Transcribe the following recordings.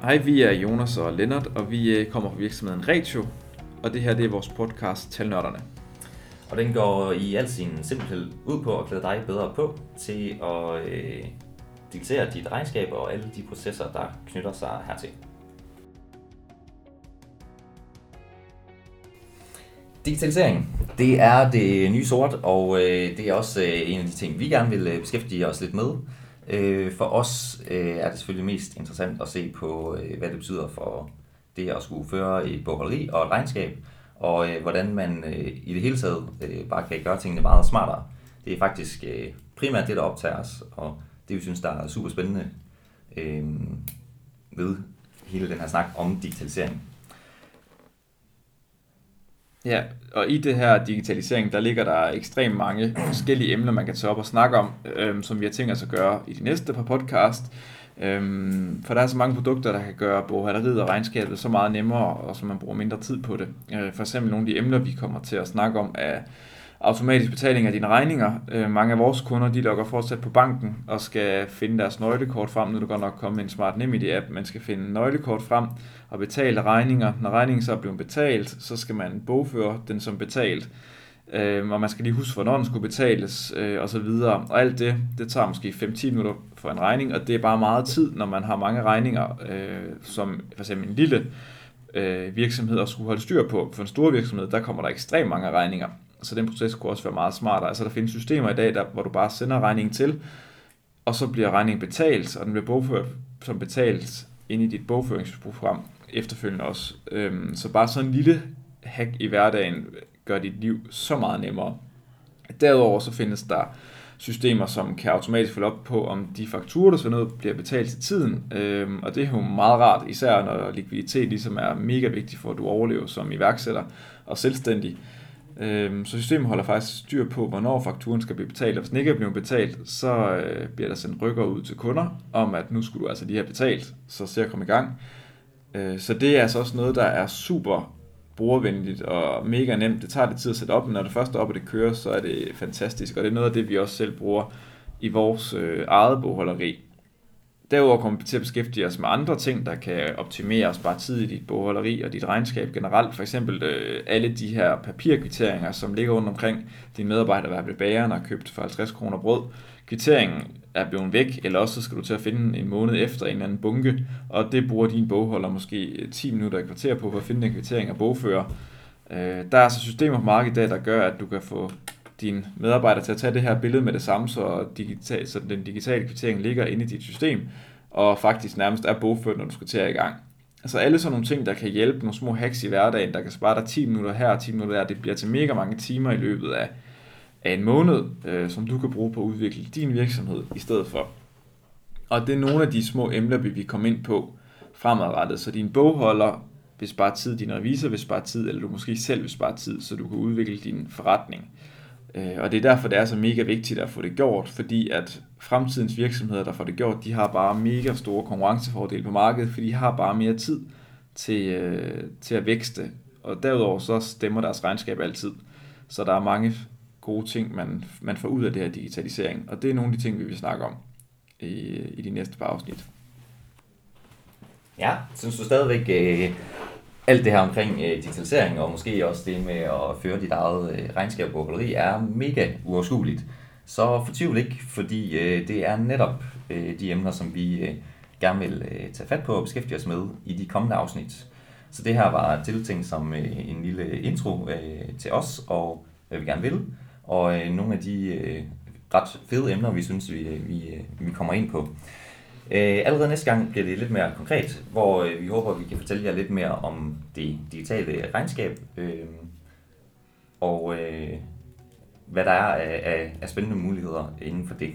Hej, vi er Jonas og Lennart, og vi kommer fra virksomheden Retio, og det her det er vores podcast Talnørderne. Og den går i al sin simpelhed ud på at klæde dig bedre på til at digitalisere dit regnskab og alle de processer, der knytter sig hertil. Digitalisering, det er det nye sort, og det er også en af de ting, vi gerne vil beskæftige os lidt med. For os er det selvfølgelig mest interessant at se på, hvad det betyder for det at skulle føre et bogholderi og et regnskab, og hvordan man i det hele taget bare kan gøre tingene meget smartere. Det er faktisk primært det, der optager os, og det vi synes, der er super spændende ved hele den her snak om digitalisering. Ja, og i det her digitalisering, der ligger der ekstremt mange forskellige emner, man kan tage op og snakke om, som vi har tænkt os at gøre i de næste par podcast. For der er så mange produkter, der kan gøre bogholderiet og regnskabet så meget nemmere, og så man bruger mindre tid på det. For eksempel nogle af de emner, vi kommer til at snakke om, er automatisk betaling af dine regninger. Mange af vores kunder, de logger fortsat på banken og skal finde deres nøglekort frem. Nu er det godt nok kommet en smart NemID-app, man skal finde nøglekort frem og betale regninger. Når regningen så er blevet betalt, så skal man bogføre den som betalt. Og man skal lige huske, hvornår den skulle betales, og så videre. Og alt det tager måske 5-10 minutter for en regning, og det er bare meget tid, når man har mange regninger, som for eksempel en lille virksomhed at skulle holde styr på. For en stor virksomhed, der kommer der ekstremt mange regninger. Så den proces kunne også være meget smartere. Altså der findes systemer i dag, hvor du bare sender regningen til, og så bliver regningen betalt, og den bliver bogført som betalt ind i dit bogføringsprogram efterfølgende også. Så bare sådan en lille hack i hverdagen gør dit liv så meget nemmere. Derudover så findes der systemer, som kan automatisk følge op på, om de fakturer, der sådan noget, bliver betalt til tiden. Og det er jo meget rart, især når likviditet ligesom er mega vigtigt for, at du overlever som iværksætter og selvstændig. Så systemet holder faktisk styr på, hvornår fakturen skal blive betalt, og hvis den ikke er blevet betalt, så bliver der sendt rykker ud til kunder, om at nu skulle du altså lige have betalt, så ser jeg komme i gang. Så det er altså også noget, der er super brugervenligt og mega nemt. Det tager lidt tid at sætte op, men når det først er op, og det kører, så er det fantastisk, og det er noget af det, vi også selv bruger i vores eget bogholderi. Derudover kommer vi til at beskæftige os med andre ting, der kan optimere og spare tid i dit bogholderi og dit regnskab generelt. For eksempel alle de her papirkvitteringer, som ligger rundt omkring dine medarbejdere, der har blevet bageren og har købt for 50 kroner brød. Kvitteringen er blevet væk, eller også så skal du til at finde en måned efter en eller anden bunke, og det bruger din bogholder måske 10 minutter i kvarter på at finde den kvittering og bogføre. Der er altså systemer på markedet i dag, der gør, at du kan få dine medarbejdere til at tage det her billede med det samme, så den digitale kvittering ligger inde i dit system, og faktisk nærmest er bogført, når du skal til at i gang. Altså alle sådan nogle ting, der kan hjælpe, nogle små hacks i hverdagen, der kan spare dig 10 minutter her og 10 minutter der, det bliver til mega mange timer i løbet af en måned, som du kan bruge på at udvikle din virksomhed i stedet for. Og det er nogle af de små emner, vi vil komme ind på fremadrettet, så din bogholder vil spare tid, din revisor vil spare tid, eller du måske selv vil spare tid, så du kan udvikle din forretning. Og det er derfor, det er så mega vigtigt at få det gjort, fordi at fremtidens virksomheder, der får det gjort, de har bare mega store konkurrencefordele på markedet, fordi de har bare mere tid til at vækste. Og derudover så stemmer deres regnskab altid. Så der er mange gode ting, man får ud af det her digitalisering. Og det er nogle af de ting, vi vil snakke om i de næste par afsnit. Ja, synes du stadigvæk alt det her omkring digitalisering, og måske også det med at føre dit eget regnskab og bogholderi, er mega uoverskueligt. Så fortvivl ikke, fordi det er netop de emner, som vi gerne vil tage fat på og beskæftige os med i de kommende afsnit. Så det her var tiltænkt som en lille intro til os, og hvad vi gerne vil, og nogle af de ret fede emner, vi synes, vi kommer ind på. Allerede næste gang bliver det lidt mere konkret, hvor vi håber, vi kan fortælle jer lidt mere om det digitale regnskab, og hvad der er af spændende muligheder inden for det.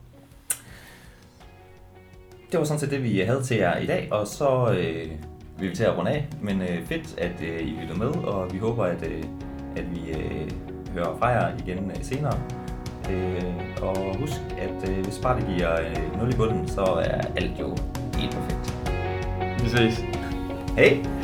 Det var sådan set det, vi havde til jer i dag, og så vil vi til at runde af, men fedt, at I lytter med, og vi håber, at vi hører fra jer igen senere. Og husk, at hvis bare det giver 0 i bunden, så er alt jo helt perfekt. Vi ses. Hej!